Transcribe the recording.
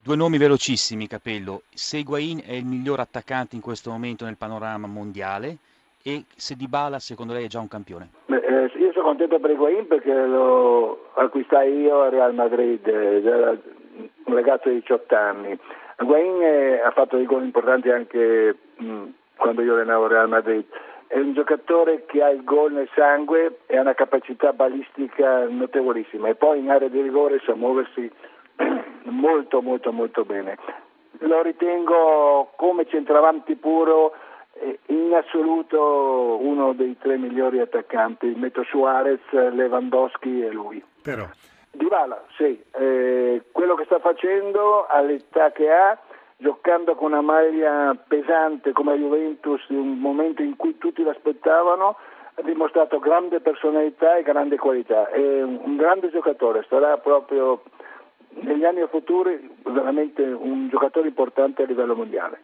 Due nomi velocissimi, Capello. Se Higuain è il miglior attaccante in questo momento nel panorama mondiale e se Dybala secondo lei è già un campione. Beh, io sono contento per Higuain perché lo acquistai io a Real Madrid, era un ragazzo di 18 anni. Higuain ha fatto dei gol importanti anche quando io allenavo Real Madrid. È un giocatore che ha il gol nel sangue e ha una capacità balistica notevolissima e poi in area di rigore sa muoversi molto molto molto bene. Lo ritengo come centravanti puro in assoluto uno dei tre migliori attaccanti, metto Suarez, Lewandowski e lui. Però, Dybala, sì, quello che sta facendo all'età che ha, giocando con una maglia pesante come la Juventus in un momento in cui tutti l'aspettavano, ha dimostrato grande personalità e grande qualità, è un grande giocatore, sarà proprio negli anni futuri veramente un giocatore importante a livello mondiale.